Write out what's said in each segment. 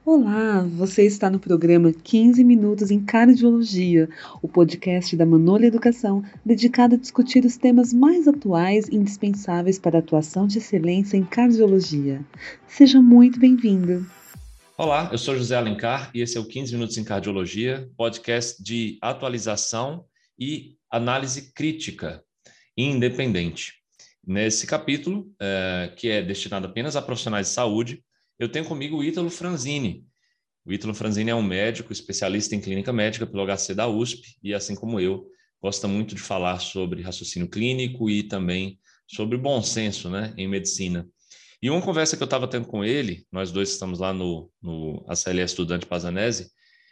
Olá, você está no programa 15 Minutos em Cardiologia, o podcast da Manolha Educação, dedicado a discutir os temas mais atuais e indispensáveis para a atuação de excelência em cardiologia. Seja muito bem-vindo. Olá, eu sou José Alencar e esse é o 15 Minutos em Cardiologia, podcast de atualização e análise crítica e independente. Nesse capítulo, que é destinado apenas a profissionais de saúde, eu tenho comigo o Ítalo Franzini. O Ítalo Franzini é um médico especialista em clínica médica pelo HC da USP e, assim como eu, gosta muito de falar sobre raciocínio clínico e também sobre bom senso, né, em medicina. E uma conversa que eu estava tendo com ele, nós dois estamos lá no ACLS Estudante Pazanese,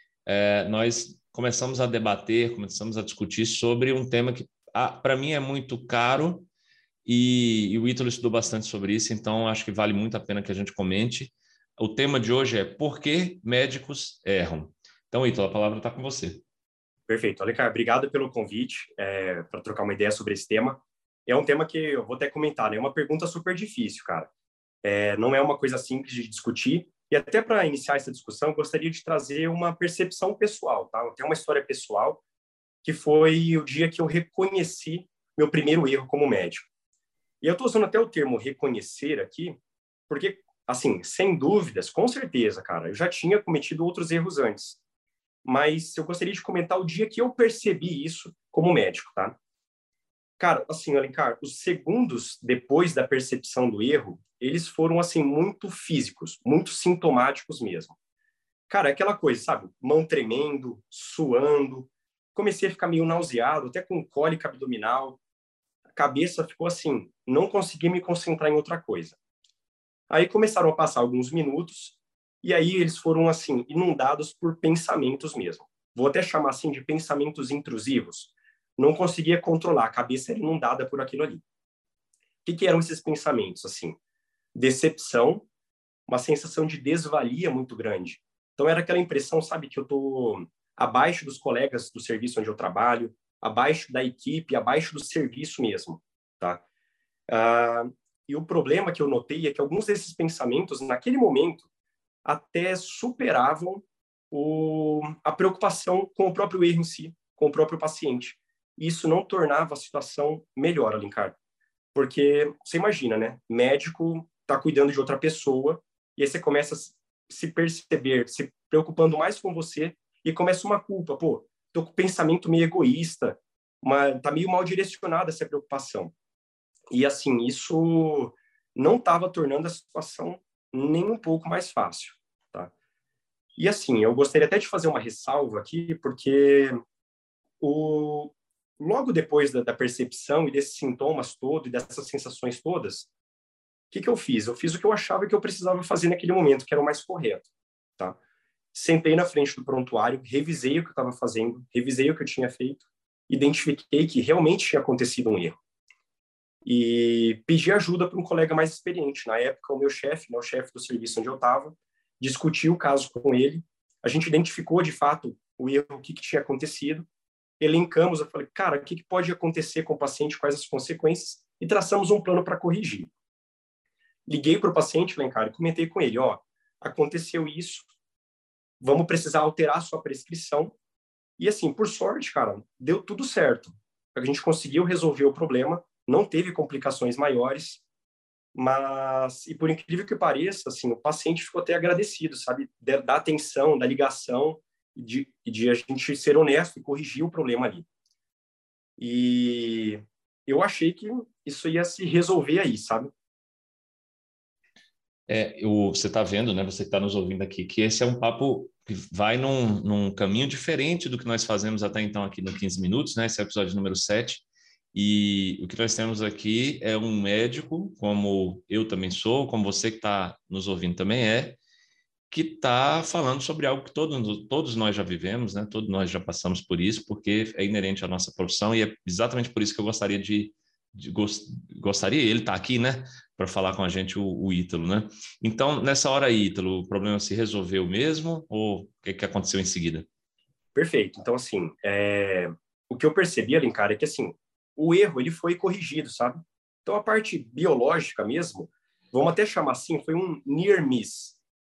nós começamos a debater, começamos a discutir sobre um tema que, para mim, é muito caro e o Ítalo estudou bastante sobre isso, então acho que vale muito a pena que a gente comente. O tema de hoje é por que médicos erram. Então, Ítalo, a palavra está com você. Perfeito. Alencar, obrigado pelo convite para trocar uma ideia sobre esse tema. É um tema que eu vou até comentar, né? É uma pergunta super difícil, cara. Não é uma coisa simples de discutir. E até para iniciar essa discussão, gostaria de trazer uma percepção pessoal, tá? Tem uma história pessoal que foi o dia que eu reconheci meu primeiro erro como médico. E eu estou usando até o termo reconhecer aqui, porque, assim, sem dúvidas, com certeza, cara, eu já tinha cometido outros erros antes. Mas eu gostaria de comentar o dia que eu percebi isso como médico, tá? Cara, assim, Alencar, os segundos depois da percepção do erro, eles foram, assim, muito físicos, muito sintomáticos mesmo. Cara, aquela coisa, sabe? Mão tremendo, suando, comecei a ficar meio nauseado, até com cólica abdominal, a cabeça ficou assim, não consegui me concentrar em outra coisa. Aí começaram a passar alguns minutos, e aí eles foram, assim, inundados por pensamentos mesmo. Vou até chamar, assim, de pensamentos intrusivos. Não conseguia controlar, a cabeça era inundada por aquilo ali. O que eram esses pensamentos, assim? Decepção, uma sensação de desvalia muito grande. Então era aquela impressão, sabe, que eu tô abaixo dos colegas do serviço onde eu trabalho, abaixo da equipe, abaixo do serviço mesmo, tá? E o problema que eu notei é que alguns desses pensamentos, naquele momento, até superavam a preocupação com o próprio erro em si, com o próprio paciente. E isso não tornava a situação melhor, Alencar. Porque você imagina, né? Médico está cuidando de outra pessoa e aí você começa a se perceber, se preocupando mais com você e começa uma culpa. Pô, tô com um pensamento meio egoísta, tá meio mal direcionada essa preocupação. E assim, isso não estava tornando a situação nem um pouco mais fácil, tá? E assim, eu gostaria até de fazer uma ressalva aqui, porque logo depois da percepção e desses sintomas todos e dessas sensações todas, o que eu fiz? Eu fiz o que eu achava que eu precisava fazer naquele momento, que era o mais correto, tá? Sentei na frente do prontuário, revisei o que eu estava fazendo, revisei o que eu tinha feito, identifiquei que realmente tinha acontecido um erro. E pedi ajuda para um colega mais experiente. Na época, o meu chefe, né, o chefe do serviço onde eu estava, discutiu o caso com ele. A gente identificou, de fato, o erro, o que tinha acontecido. Elencamos, eu falei, cara, o que pode acontecer com o paciente, quais as consequências, e traçamos um plano para corrigir. Liguei para o paciente, Lencar, e comentei com ele, ó, aconteceu isso, vamos precisar alterar a sua prescrição. E assim, por sorte, cara, deu tudo certo. A gente conseguiu resolver o problema, não teve complicações maiores, mas, e por incrível que pareça, assim, o paciente ficou até agradecido, sabe, da atenção, da ligação, de a gente ser honesto e corrigir o problema ali. E eu achei que isso ia se resolver aí, sabe? Você está vendo, né? Você está nos ouvindo aqui, que esse é um papo que vai num caminho diferente do que nós fazemos até então aqui no 15 Minutos, né? Esse é o episódio número 7. E o que nós temos aqui é um médico, como eu também sou, como você que está nos ouvindo também que está falando sobre algo que todos nós já vivemos, né? Todos nós já passamos por isso, porque é inerente à nossa profissão e é exatamente por isso que eu gostaria gostaria, ele está aqui, né? Para falar com a gente o Ítalo, né? Então, nessa hora aí, Ítalo, o problema se resolveu mesmo ou o que aconteceu em seguida? Perfeito. Então, assim, o que eu percebi, Alencar, é que, assim, o erro, ele foi corrigido, sabe? Então, a parte biológica mesmo, vamos até chamar assim, foi um near miss.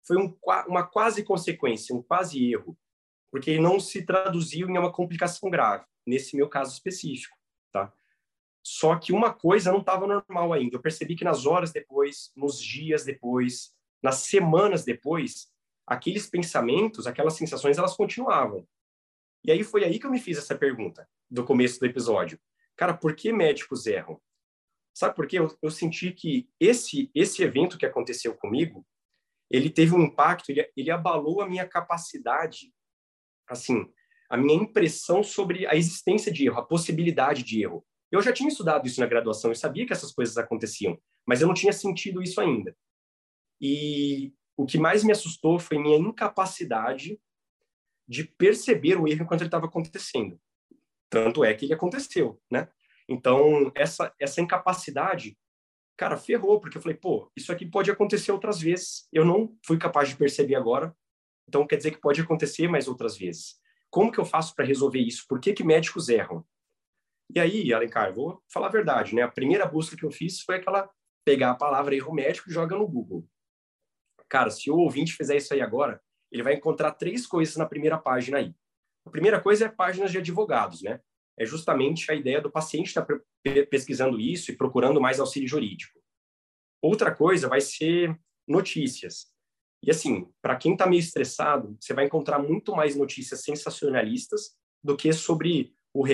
foi uma quase consequência, um quase erro, porque ele não se traduziu em uma complicação grave, nesse meu caso específico, tá? Só que uma coisa não estava normal ainda. Eu percebi que nas horas depois, nos dias depois, nas semanas depois, aqueles pensamentos, aquelas sensações, elas continuavam. E aí foi aí que eu me fiz essa pergunta, do começo do episódio. Cara, por que médicos erram? Sabe por quê? Eu senti que esse evento que aconteceu comigo, ele teve um impacto, ele abalou a minha capacidade, assim, a minha impressão sobre a existência de erro, a possibilidade de erro. Eu já tinha estudado isso na graduação, eu sabia que essas coisas aconteciam, mas eu não tinha sentido isso ainda. E o que mais me assustou foi minha incapacidade de perceber o erro enquanto ele estava acontecendo. Tanto é que ele aconteceu, né? Então, essa incapacidade, cara, ferrou, porque eu falei, pô, isso aqui pode acontecer outras vezes. Eu não fui capaz de perceber agora, então quer dizer que pode acontecer mais outras vezes. Como que eu faço para resolver isso? Por que médicos erram? E aí, Alencar, vou falar a verdade, né? A primeira busca que eu fiz foi aquela, pegar a palavra erro médico e joga no Google. Cara, se o ouvinte fizer isso aí agora, ele vai encontrar 3 coisas na primeira página aí. A primeira coisa é páginas de advogados, né? É justamente a ideia do paciente estar pesquisando isso e procurando mais auxílio jurídico. Outra coisa vai ser notícias. E assim, para quem está meio estressado, você vai encontrar muito mais notícias sensacionalistas do que sobre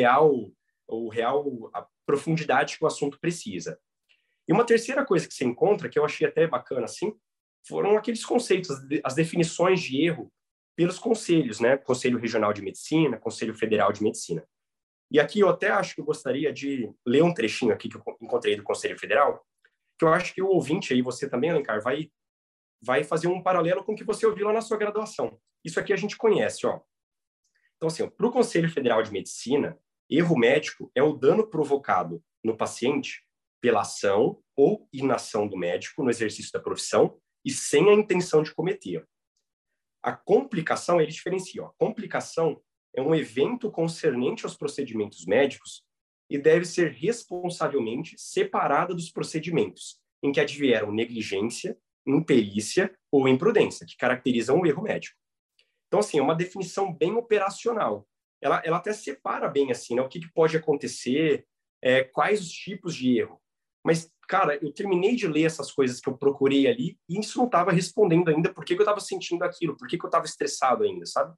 a profundidade que o assunto precisa. E uma terceira coisa que você encontra, que eu achei até bacana assim, foram aqueles conceitos, as definições de erro pelos conselhos, né? Conselho Regional de Medicina, Conselho Federal de Medicina. E aqui eu até acho que eu gostaria de ler um trechinho aqui que eu encontrei do Conselho Federal, que eu acho que o ouvinte aí, você também, Alencar, vai fazer um paralelo com o que você ouviu lá na sua graduação. Isso aqui a gente conhece, ó. Então, assim, para o Conselho Federal de Medicina, erro médico é o dano provocado no paciente pela ação ou inação do médico no exercício da profissão e sem a intenção de cometer. A complicação, ele diferencia, ó. Complicação é um evento concernente aos procedimentos médicos e deve ser responsavelmente separada dos procedimentos em que advieram negligência, imperícia ou imprudência, que caracterizam o erro médico. Então, assim, é uma definição bem operacional. Ela até separa bem, assim, né, o que pode acontecer, quais os tipos de erro. Mas, cara, eu terminei de ler essas coisas que eu procurei ali e isso não estava respondendo ainda por que eu estava sentindo aquilo, por que eu estava estressado ainda, sabe?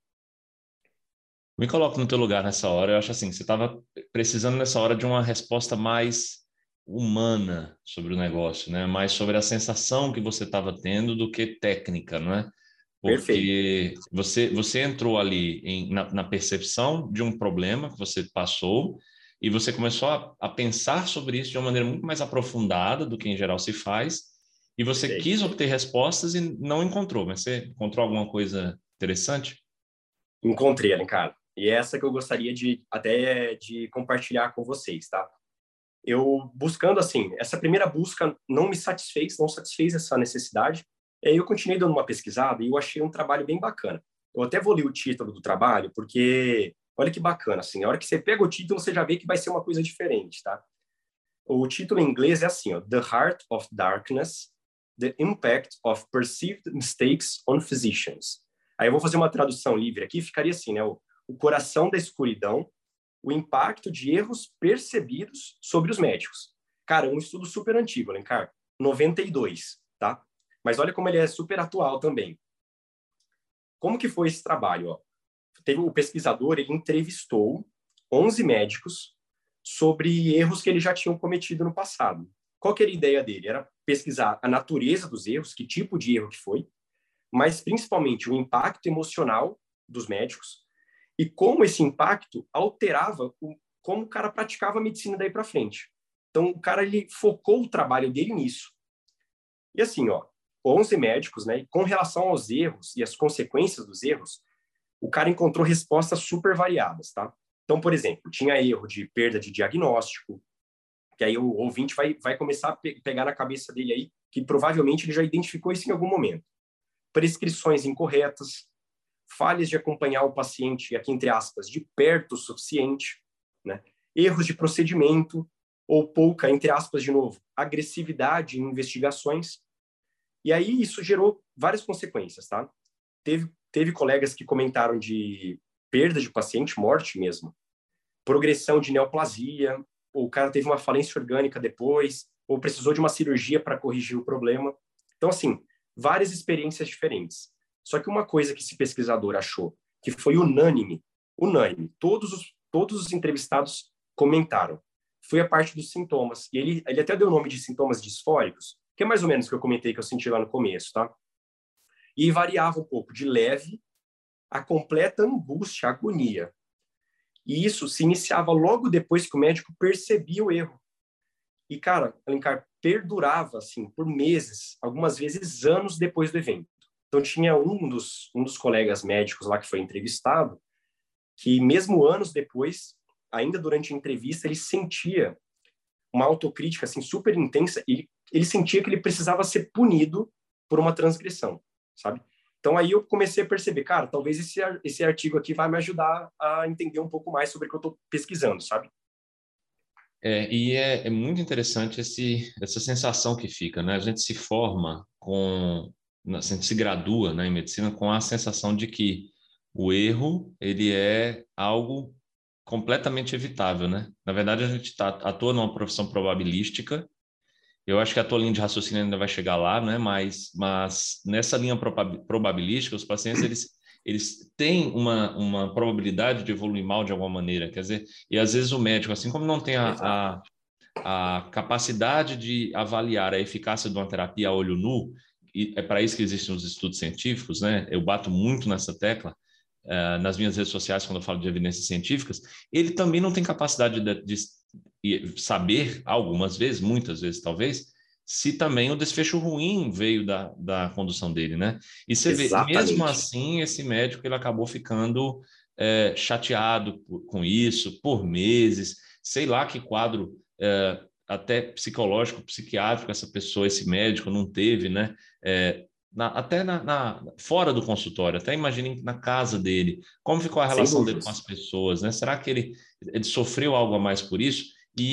Me coloco no teu lugar nessa hora. Eu acho assim, você estava precisando nessa hora de uma resposta mais humana sobre o negócio, né? Mais sobre a sensação que você estava tendo do que técnica, não é? Perfeito. Porque você entrou ali na percepção de um problema que você passou e você começou a pensar sobre isso de uma maneira muito mais aprofundada do que em geral se faz, e você Perfeito. quis obter respostas e não encontrou, mas você encontrou alguma coisa interessante? Encontrei, Alencar. E é essa que eu gostaria de compartilhar com vocês, tá? Eu buscando, assim, essa primeira busca não me satisfez, não satisfez essa necessidade. E aí eu continuei dando uma pesquisada e eu achei um trabalho bem bacana. Eu até vou ler o título do trabalho, porque olha que bacana, assim, a hora que você pega o título, você já vê que vai ser uma coisa diferente, tá? O título em inglês é assim, ó, The Heart of Darkness, The Impact of Perceived Mistakes on Physicians. Aí eu vou fazer uma tradução livre aqui, ficaria assim, né? O coração da escuridão, o impacto de erros percebidos sobre os médicos. Cara, é um estudo super antigo, Alencar, 92, tá? Mas olha como ele é super atual também. Como que foi esse trabalho? Ó? Teve o pesquisador, ele entrevistou 11 médicos sobre erros que eles já tinham cometido no passado. Qual que era a ideia dele? Era pesquisar a natureza dos erros, que tipo de erro que foi, mas principalmente o impacto emocional dos médicos e como esse impacto alterava como o cara praticava a medicina daí para frente. Então, o cara ele focou o trabalho dele nisso. E assim, ó, 11 médicos, né, e com relação aos erros e as consequências dos erros, o cara encontrou respostas super variadas, tá? Então, por exemplo, tinha erro de perda de diagnóstico, que aí o ouvinte vai começar a pegar na cabeça dele aí, que provavelmente ele já identificou isso em algum momento. Prescrições incorretas, falhas de acompanhar o paciente, aqui entre aspas, de perto o suficiente, né? Erros de procedimento, ou pouca, entre aspas, de novo, agressividade em investigações. E aí isso gerou várias consequências, tá? Teve colegas que comentaram de perda de paciente, morte mesmo, progressão de neoplasia, ou o cara teve uma falência orgânica depois, ou precisou de uma cirurgia para corrigir o problema. Então, assim, várias experiências diferentes. Só que uma coisa que esse pesquisador achou, que foi unânime, todos os entrevistados comentaram, foi a parte dos sintomas. E ele até deu o nome de sintomas disfóricos, que é mais ou menos o que eu comentei que eu senti lá no começo, tá? E variava um pouco de leve a completa angústia, agonia. E isso se iniciava logo depois que o médico percebia o erro. E, cara, Alencar, perdurava, assim, por meses, algumas vezes anos depois do evento. Então, tinha um dos colegas médicos lá que foi entrevistado, que mesmo anos depois, ainda durante a entrevista, ele sentia uma autocrítica, assim, super intensa, e ele sentia que ele precisava ser punido por uma transgressão, sabe? Então, aí eu comecei a perceber, cara, talvez esse artigo aqui vai me ajudar a entender um pouco mais sobre o que eu estou pesquisando, sabe? E é muito interessante essa sensação que fica, né? A gente se forma a gente se gradua, né, em medicina com a sensação de que o erro, ele é algo completamente evitável, né? Na verdade, a gente atua numa profissão probabilística. Eu acho que a tua linha de raciocínio ainda vai chegar lá, né? Mas nessa linha probabilística, os pacientes, eles têm uma probabilidade de evoluir mal de alguma maneira. Quer dizer, e às vezes o médico, assim como não tem a capacidade de avaliar a eficácia de uma terapia a olho nu, e é para isso que existem os estudos científicos, né? Eu bato muito nessa tecla, nas minhas redes sociais, quando eu falo de evidências científicas, ele também não tem capacidade de saber, algumas vezes, muitas vezes talvez, se também o desfecho ruim veio da condução dele, né? E você vê, mesmo Exatamente. assim, esse médico ele acabou ficando chateado com isso por meses, sei lá que quadro até psicológico, psiquiátrico essa pessoa, esse médico não teve, né? Até fora do consultório, até imagine na casa dele, como ficou a Sem relação dele com dúvidas. as pessoas, né? Será que ele sofreu algo a mais por isso?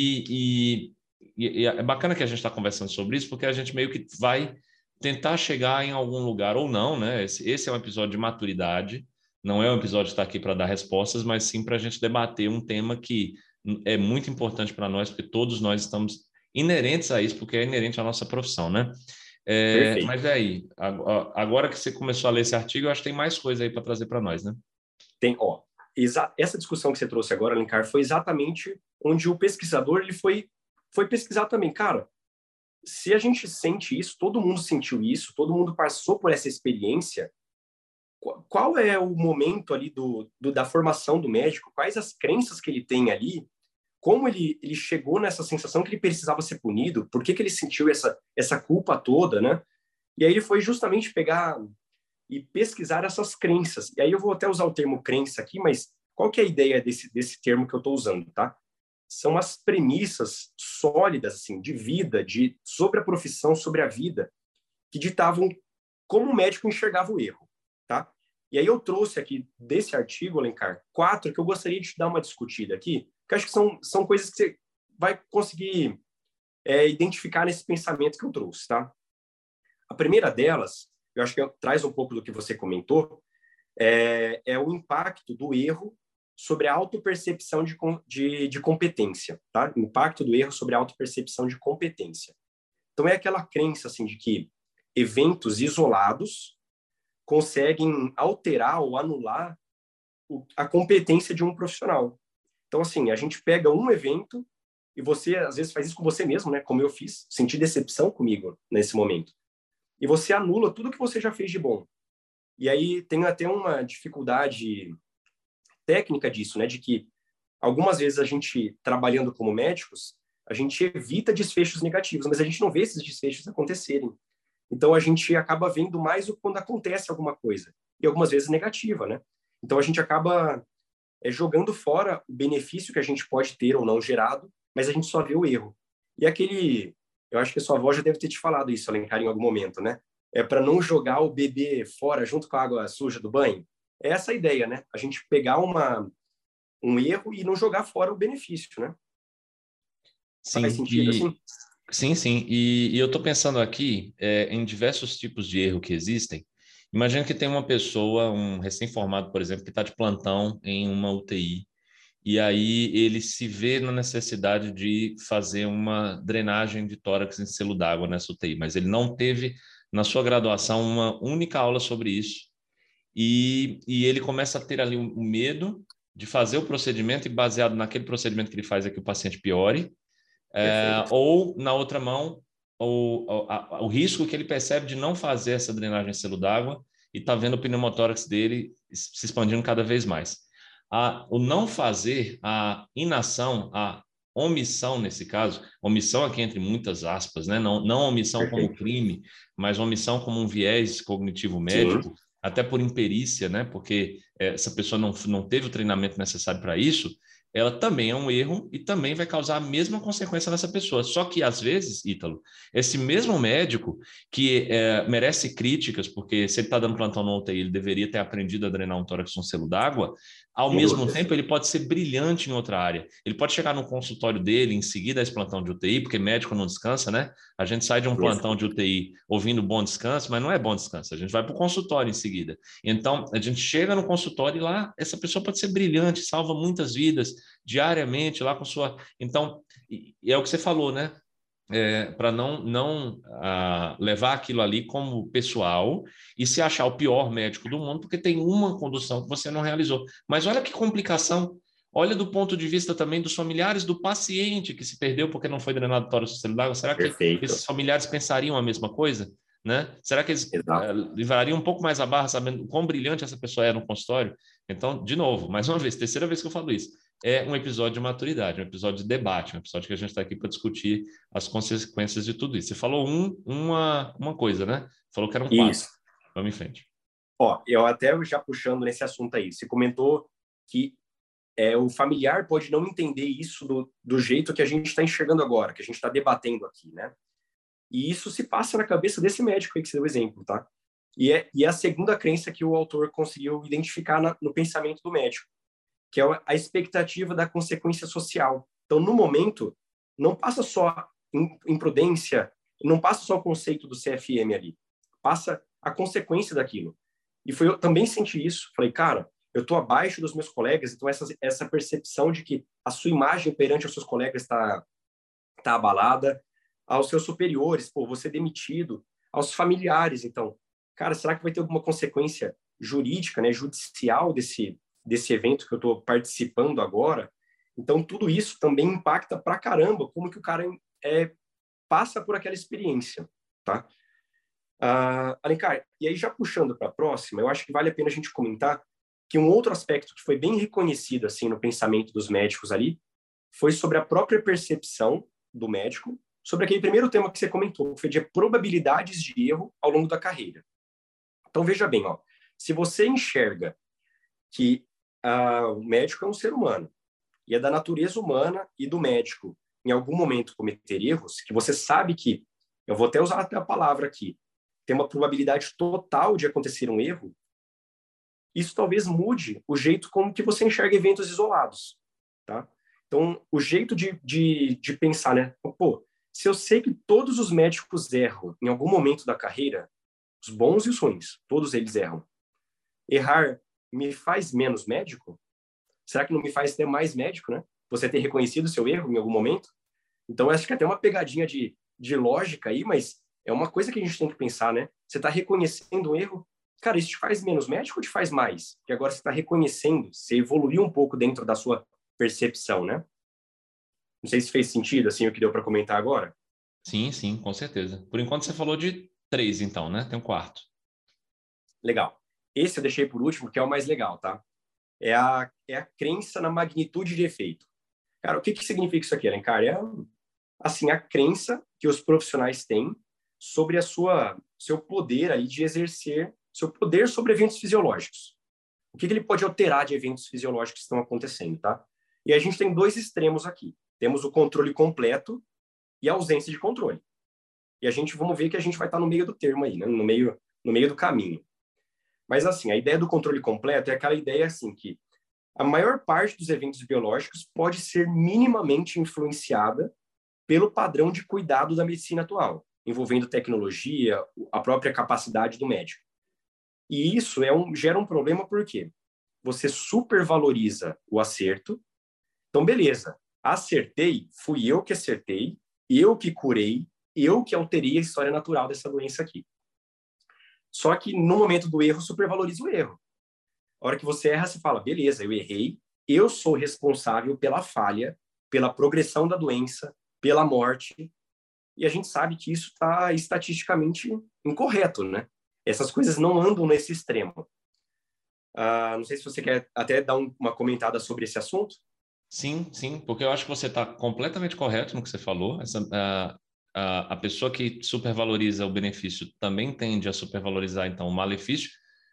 E é bacana que a gente está conversando sobre isso, porque a gente meio que vai tentar chegar em algum lugar ou não, né? Esse é um episódio de maturidade, não é um episódio que está aqui para dar respostas, mas sim para a gente debater um tema que é muito importante para nós, porque todos nós estamos inerentes a isso, porque é inerente à nossa profissão, né? Perfeito. Mas aí, agora que você começou a ler esse artigo, eu acho que tem mais coisa aí para trazer para nós, né? Essa discussão que você trouxe agora, Alencar, foi exatamente onde o pesquisador ele foi pesquisar também. Cara, se a gente sente isso, todo mundo sentiu isso, todo mundo passou por essa experiência, qual é o momento ali da formação do médico? Quais as crenças que ele tem ali? Como ele chegou nessa sensação que ele precisava ser punido? Por que ele sentiu essa culpa toda, né? E aí ele foi justamente pegar e pesquisar essas crenças. E aí eu vou até usar o termo crença aqui, mas qual que é a ideia desse termo que eu estou usando, tá? São as premissas sólidas, assim, de vida, sobre a profissão, sobre a vida, que ditavam como o médico enxergava o erro, tá? E aí eu trouxe aqui desse artigo, Alencar, 4 que eu gostaria de te dar uma discutida aqui, que acho que são coisas que você vai conseguir identificar nesse pensamento que eu trouxe, tá? A primeira delas, eu acho que traz um pouco do que você comentou, é o impacto do erro sobre a autopercepção de competência, tá? O impacto do erro sobre a autopercepção de competência. Então, é aquela crença, assim, de que eventos isolados conseguem alterar ou anular a competência de um profissional. Então, assim, a gente pega um evento e você, às vezes, faz isso com você mesmo, né? Como eu fiz, senti decepção comigo nesse momento. E você anula tudo que você já fez de bom. E aí tem até uma dificuldade técnica disso, né? De que algumas vezes a gente, trabalhando como médicos, a gente evita desfechos negativos, mas a gente não vê esses desfechos acontecerem. Então a gente acaba vendo mais quando acontece alguma coisa, e algumas vezes negativa, né? Então a gente acaba jogando fora o benefício que a gente pode ter ou não gerado, mas a gente só vê o erro. E eu acho que a sua avó já deve ter te falado isso, Alencar, em algum momento, né? É para não jogar o bebê fora junto com a água suja do banho. É essa a ideia, né? A gente pegar um erro e não jogar fora o benefício, né? Faz Sim, sentido assim? Sim, sim. E eu estou pensando aqui em diversos tipos de erro que existem. Imagina que tem uma pessoa, um recém-formado, por exemplo, que está de plantão em uma UTI, e aí ele se vê na necessidade de fazer uma drenagem de tórax em selo d'água nessa UTI, mas ele não teve na sua graduação uma única aula sobre isso, e ele começa a ter ali o medo de fazer o procedimento, e baseado naquele procedimento que ele faz é que o paciente piore, Perfeito. ou, na outra mão, o risco que ele percebe de não fazer essa drenagem em selo d'água e está vendo o pneumotórax dele se expandindo cada vez mais. O não fazer, a inação, a omissão nesse caso, omissão aqui entre muitas aspas, né? Não omissão como Perfeito. crime, mas omissão como um viés cognitivo Sim, médico, até por imperícia, né? Porque essa pessoa não teve o treinamento necessário para isso, ela também é um erro e também vai causar a mesma consequência nessa pessoa. Só que, às vezes, Ítalo, esse mesmo médico que merece críticas, porque se ele está dando plantão no UTI, ele deveria ter aprendido a drenar um tórax com selo d'água, ao sem mesmo dúvidas. tempo, ele pode ser brilhante em outra área. Ele pode chegar no consultório dele em seguida a esse plantão de UTI, porque médico não descansa, né? A gente sai de um plantão de UTI ouvindo bom descanso, mas não é bom descanso. A gente vai para o consultório em seguida. Então, a gente chega no consultório e lá essa pessoa pode ser brilhante, salva muitas vidas diariamente lá com sua. Então, e é o que você falou, né? Para não levar aquilo ali como pessoal e se achar o pior médico do mundo, porque tem uma condução que você não realizou. Mas olha que complicação. Olha do ponto de vista também dos familiares do paciente que se perdeu porque não foi drenado tórax celular. Será que esses Perfeito. familiares pensariam a mesma coisa? Né? Será que eles Exato. livrariam um pouco mais a barra sabendo o quão brilhante essa pessoa é no consultório? Então, de novo, mais uma vez, terceira vez que eu falo isso, é um episódio de maturidade, um episódio de debate, um episódio que a gente está aqui para discutir as consequências de tudo isso. Você falou uma coisa, né? Falou que eram quatro. Isso. Vamos em frente. Ó, eu até já puxando nesse assunto aí, você comentou que o familiar pode não entender isso do jeito que a gente está enxergando agora, que a gente está debatendo aqui, né? E isso se passa na cabeça desse médico aí que você deu exemplo, tá? E é a segunda crença que o autor conseguiu identificar no pensamento do médico, que é a expectativa da consequência social. Então, no momento, não passa só imprudência, não passa só o conceito do CFM ali, passa a consequência daquilo. E eu também senti isso. Falei, cara, eu estou abaixo dos meus colegas, então essa percepção de que a sua imagem perante os seus colegas está abalada, aos seus superiores, pô, você demitido, aos familiares, então, cara, será que vai ter alguma consequência jurídica, né, judicial desse evento que eu estou participando agora? Então, tudo isso também impacta pra caramba como que o cara passa por aquela experiência, tá? Alencar, e aí já puxando para a próxima, eu acho que vale a pena a gente comentar que um outro aspecto que foi bem reconhecido assim no pensamento dos médicos ali foi sobre a própria percepção do médico sobre aquele primeiro tema que você comentou, que foi de probabilidades de erro ao longo da carreira. Então veja bem, ó, se você enxerga que o médico é um ser humano e é da natureza humana e do médico em algum momento cometer erros, que você sabe que, eu vou até usar a palavra aqui, tem uma probabilidade total de acontecer um erro, isso talvez mude o jeito como que você enxerga eventos isolados, tá? Então, o jeito de pensar, né? Pô, se eu sei que todos os médicos erram em algum momento da carreira, os bons e os ruins, todos eles erram. Errar me faz menos médico? Será que não me faz ter mais médico, né? Você ter reconhecido o seu erro em algum momento? Então, acho que até uma pegadinha de lógica aí, mas é uma coisa que a gente tem que pensar, né? Você está reconhecendo o erro, cara, isso te faz menos médico ou te faz mais? Porque agora você está reconhecendo, você evoluiu um pouco dentro da sua percepção, né? Não sei se fez sentido, assim, o que deu para comentar agora. Sim, sim, com certeza. Por enquanto você falou de três, então, né? Tem um quarto. Legal. Esse eu deixei por último, que é o mais legal, tá? É a crença na magnitude de efeito. Cara, o que significa isso aqui, Alencar? Assim, a crença que os profissionais têm sobre seu poder aí de exercer seu poder sobre eventos fisiológicos. O que ele pode alterar de eventos fisiológicos que estão acontecendo, tá? E a gente tem dois extremos aqui. Temos o controle completo e a ausência de controle. E vamos ver que a gente vai estar no meio do termo aí, né? No meio do caminho. Mas assim, a ideia do controle completo é aquela ideia assim que a maior parte dos eventos biológicos pode ser minimamente influenciada pelo padrão de cuidado da medicina atual, envolvendo tecnologia, a própria capacidade do médico. E isso gera um problema porque você supervaloriza o acerto. Então, beleza, acertei, fui eu que acertei, eu que curei, eu que alterei a história natural dessa doença aqui. Só que no momento do erro, supervaloriza o erro. A hora que você erra, você fala, beleza, eu errei, eu sou responsável pela falha, pela progressão da doença, pela morte, e a gente sabe que isso está estatisticamente incorreto, né? Essas coisas não andam nesse extremo. Não sei se você quer até dar uma comentada sobre esse assunto. Sim, sim, porque eu acho que você está completamente correto no que você falou. A pessoa que supervaloriza o benefício também tende a supervalorizar, então, o malefício,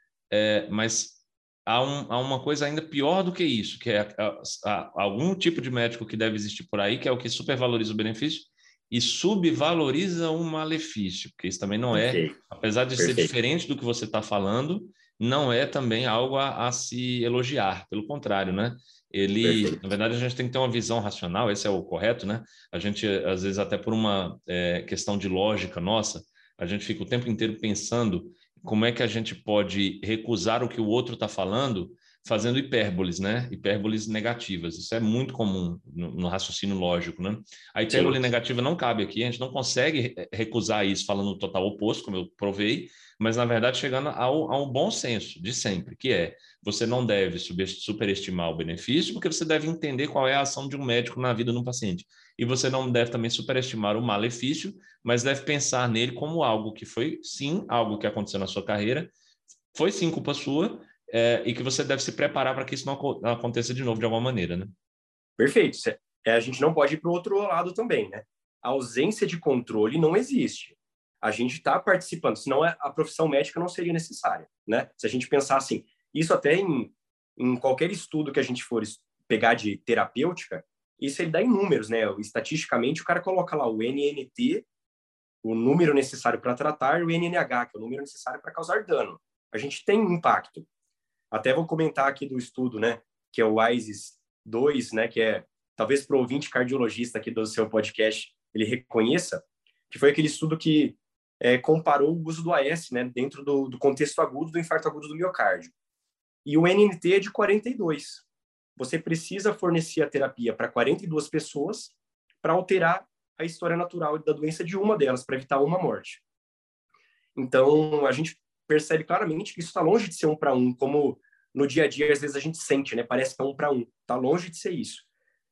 mas há uma coisa ainda pior do que isso, que é algum tipo de médico que deve existir por aí, que é o que supervaloriza o benefício e subvaloriza o malefício, porque isso também não é, Perfeito. apesar de ser diferente do que você está falando, não é também algo a se elogiar, pelo contrário, né? Na verdade, a gente tem que ter uma visão racional, esse é o correto, né? A gente, às vezes, até por uma questão de lógica nossa, a gente fica o tempo inteiro pensando como é que a gente pode recusar o que o outro está falando, fazendo hipérboles, né? Hipérboles negativas. Isso é muito comum no raciocínio lógico, né? A hipérbole negativa não cabe aqui, a gente não consegue recusar isso falando o total oposto, como eu provei, mas, na verdade, chegando ao bom senso de sempre, que é você não deve superestimar o benefício, porque você deve entender qual é a ação de um médico na vida de um paciente. E você não deve também superestimar o malefício, mas deve pensar nele como algo que foi, sim, algo que aconteceu na sua carreira, foi sim culpa sua, e que você deve se preparar para que isso não aconteça de novo de alguma maneira, né? Perfeito. A gente não pode ir para o outro lado também, né? A ausência de controle não existe. A gente está participando, senão a profissão médica não seria necessária, né? Se a gente pensar assim, isso até em qualquer estudo que a gente for pegar de terapêutica, isso ele dá em números, né? Estatisticamente, o cara coloca lá o NNT, o número necessário para tratar, e o NNH, que é o número necessário para causar dano. A gente tem um impacto. Até vou comentar aqui do estudo, né? Que é o WISES 2, né? Que é, talvez para o ouvinte cardiologista aqui do seu podcast, ele reconheça, que foi aquele estudo que comparou o uso do AS, né? Dentro do contexto agudo do infarto agudo do miocárdio. E o NNT é de 42. Você precisa fornecer a terapia para 42 pessoas para alterar a história natural da doença de uma delas, para evitar uma morte. Então, a gente percebe claramente que isso está longe de ser 1 para 1, como no dia a dia, às vezes, a gente sente, né? Parece que é 1 para 1. Está longe de ser isso.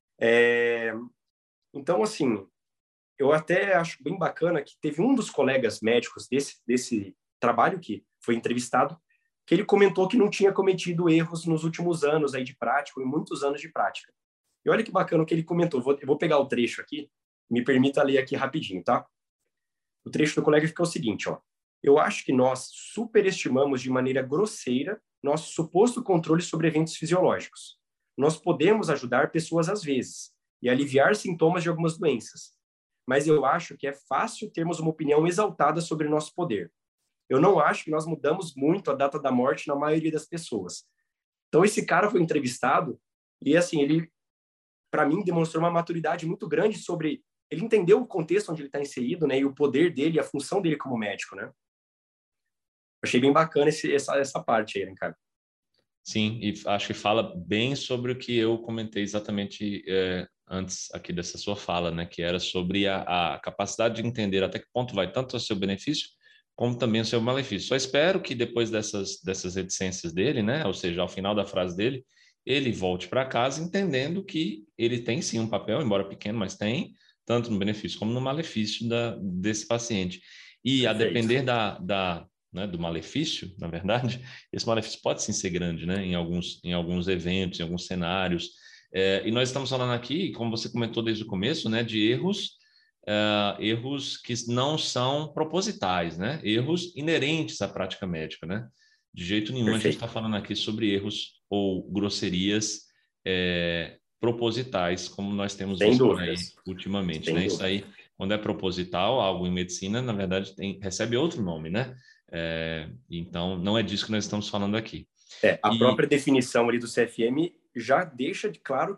Então, assim, eu até acho bem bacana que teve um dos colegas médicos desse trabalho que foi entrevistado, que ele comentou que não tinha cometido erros nos últimos anos aí de prática, em muitos anos de prática. E olha que bacana o que ele comentou. Eu vou pegar o trecho aqui, me permita ler aqui rapidinho, tá? O trecho do colega fica o seguinte, ó. Eu acho que nós superestimamos de maneira grosseira nosso suposto controle sobre eventos fisiológicos. Nós podemos ajudar pessoas às vezes e aliviar sintomas de algumas doenças, mas eu acho que é fácil termos uma opinião exaltada sobre o nosso poder. Eu não acho que nós mudamos muito a data da morte na maioria das pessoas. Então, esse cara foi entrevistado e, assim, ele, para mim, demonstrou uma maturidade muito grande sobre... Ele entendeu o contexto onde ele está inserido, né? E o poder dele, a função dele como médico, né? Achei bem bacana essa parte aí, né, cara? Sim, e acho que fala bem sobre o que eu comentei exatamente antes aqui dessa sua fala, né? Que era sobre a capacidade de entender até que ponto vai tanto o seu benefício como também o seu malefício. Só espero que depois dessas reticências dele, né? Ou seja, ao final da frase dele, ele volte para casa entendendo que ele tem sim um papel, embora pequeno, mas tem, tanto no benefício como no malefício desse paciente. E a depender né, do malefício, na verdade, esse malefício pode sim ser grande, né, em alguns eventos, em alguns cenários. E nós estamos falando aqui, como você comentou desde o começo, né, de erros que não são propositais, né, erros inerentes à prática médica, né. De jeito nenhum a gente está falando aqui sobre erros ou grosserias propositais, como nós temos visto por aí ultimamente, né? Isso aí, quando é proposital, algo em medicina, na verdade, recebe outro nome, né? Então, não é disso que nós estamos falando aqui. A própria definição ali do CFM já deixa de claro que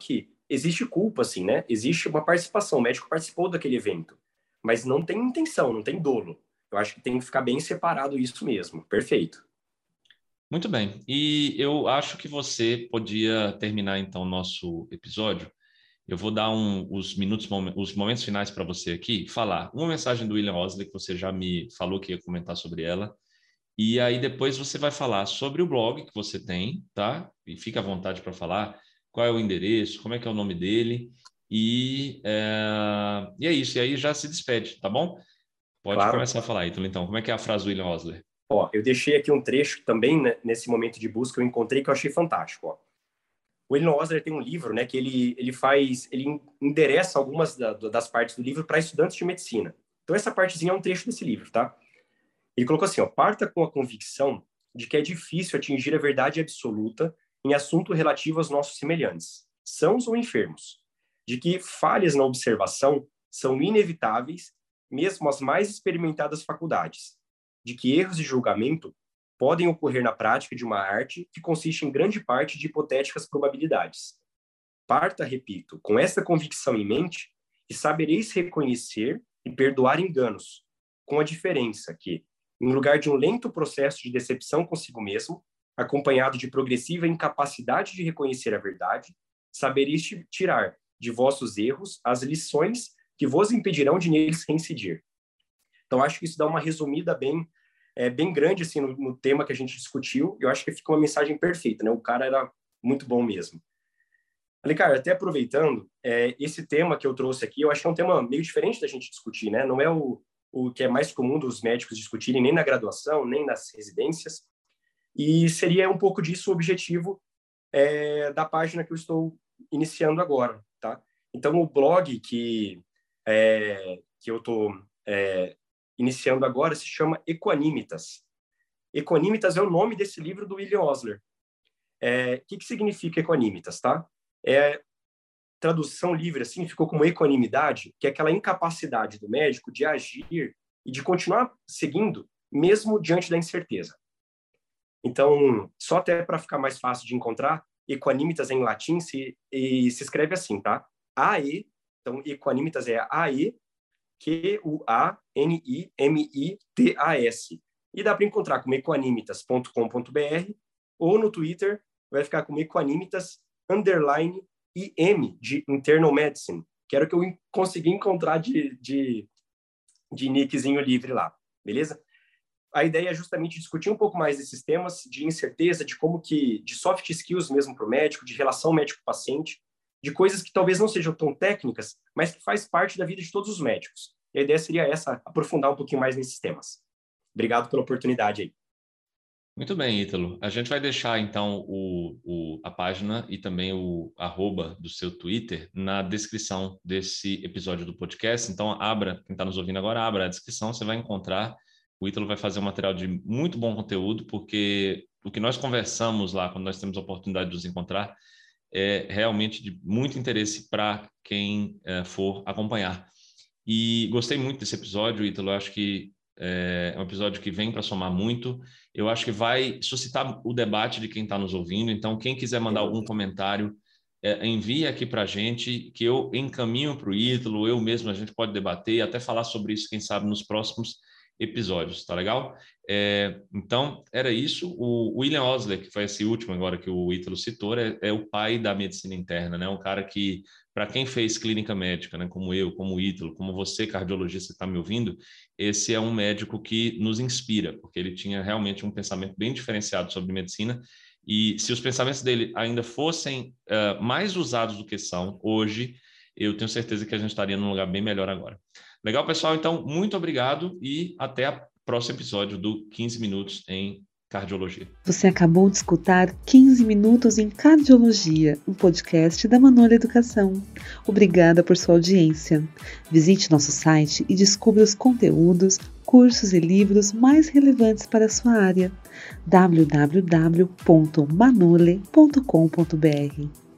existe culpa, assim, né? Existe uma participação, o médico participou daquele evento, mas não tem intenção, não tem dolo. Eu acho que tem que ficar bem separado isso mesmo. Perfeito. Muito bem. E eu acho que você podia terminar, então, o nosso episódio. Eu vou dar os momentos finais para você aqui, falar uma mensagem do William Owsley, que você já me falou que ia comentar sobre ela, e aí depois você vai falar sobre o blog que você tem, tá? E fica à vontade para falar qual é o endereço, como é que é o nome dele, e é isso, e aí já se despede, tá bom? Pode Claro. começar a falar, Ítalo, então. Como é que é a frase do William Owsley? Ó, eu deixei aqui um trecho também, né, nesse momento de busca, eu encontrei que eu achei fantástico, ó. O William Owsley tem um livro, né, que ele endereça algumas das partes do livro para estudantes de medicina. Então essa partezinha é um trecho desse livro, tá? Ele colocou assim, ó, parta com a convicção de que é difícil atingir a verdade absoluta em assunto relativo aos nossos semelhantes, sãos ou enfermos, de que falhas na observação são inevitáveis, mesmo as mais experimentadas faculdades, de que erros de julgamento podem ocorrer na prática de uma arte que consiste em grande parte de hipotéticas probabilidades. Parta, repito, com esta convicção em mente e sabereis reconhecer e perdoar enganos, com a diferença que, em lugar de um lento processo de decepção consigo mesmo, acompanhado de progressiva incapacidade de reconhecer a verdade, sabereis tirar de vossos erros as lições que vos impedirão de neles reincidir. Então, acho que isso dá uma resumida bem grande assim, no tema que a gente discutiu. Eu acho que fica uma mensagem perfeita, né? O cara era muito bom mesmo. Alencar, até aproveitando, esse tema que eu trouxe aqui, eu acho que é um tema meio diferente da gente discutir, né? Não é o que é mais comum dos médicos discutirem nem na graduação, nem nas residências. E seria um pouco disso o objetivo da página que eu estou iniciando agora, tá? Então, o blog que eu estou iniciando agora se chama Equanimitas. Equanimitas é o nome desse livro do William Owsley. O que significa Equanimitas, tá? Tradução livre, assim, ficou como equanimidade, que é aquela incapacidade do médico de agir e de continuar seguindo, mesmo diante da incerteza. Então, só até para ficar mais fácil de encontrar, Equanimitas em latim se escreve assim, tá? A-E, então Equanimitas é A-E, Q-U-A-N-I-M-I-T-A-S. E dá para encontrar como equanimitas.com.br ou no Twitter vai ficar como equanimitas_IM de Internal Medicine, que era o que eu consegui encontrar de nickzinho livre lá, beleza? A ideia é justamente discutir um pouco mais desses temas de incerteza, de soft skills mesmo para o médico, de relação médico-paciente, de coisas que talvez não sejam tão técnicas, mas que faz parte da vida de todos os médicos. E a ideia seria essa, aprofundar um pouquinho mais nesses temas. Obrigado pela oportunidade aí. Muito bem, Ítalo. A gente vai deixar, então, a página e também o @ do seu Twitter na descrição desse episódio do podcast. Então, quem está nos ouvindo agora, abra a descrição, você vai encontrar. O Ítalo vai fazer um material de muito bom conteúdo, porque o que nós conversamos lá, quando nós temos a oportunidade de nos encontrar, é realmente de muito interesse para quem for acompanhar. E gostei muito desse episódio, Ítalo. Eu acho que é um episódio que vem para somar muito. Eu acho que vai suscitar o debate de quem está nos ouvindo. Então, quem quiser mandar algum comentário, envie aqui para a gente, que eu encaminho para o Ítalo, eu mesmo, a gente pode debater e até falar sobre isso, quem sabe, nos próximos episódios, tá legal? Então, era isso. O William Owsley, que foi esse último agora que o Ítalo citou, é o pai da medicina interna, né? Um cara que, para quem fez clínica médica, né? Como eu, como o Ítalo, como você, cardiologista que está me ouvindo, esse é um médico que nos inspira, porque ele tinha realmente um pensamento bem diferenciado sobre medicina. E se os pensamentos dele ainda fossem mais usados do que são hoje, eu tenho certeza que a gente estaria num lugar bem melhor agora. Legal, pessoal? Então, muito obrigado e até o próximo episódio do 15 Minutos em Cardiologia. Você acabou de escutar 15 Minutos em Cardiologia, um podcast da Manolha Educação. Obrigada por sua audiência. Visite nosso site e descubra os conteúdos, cursos e livros mais relevantes para a sua área. www.manole.com.br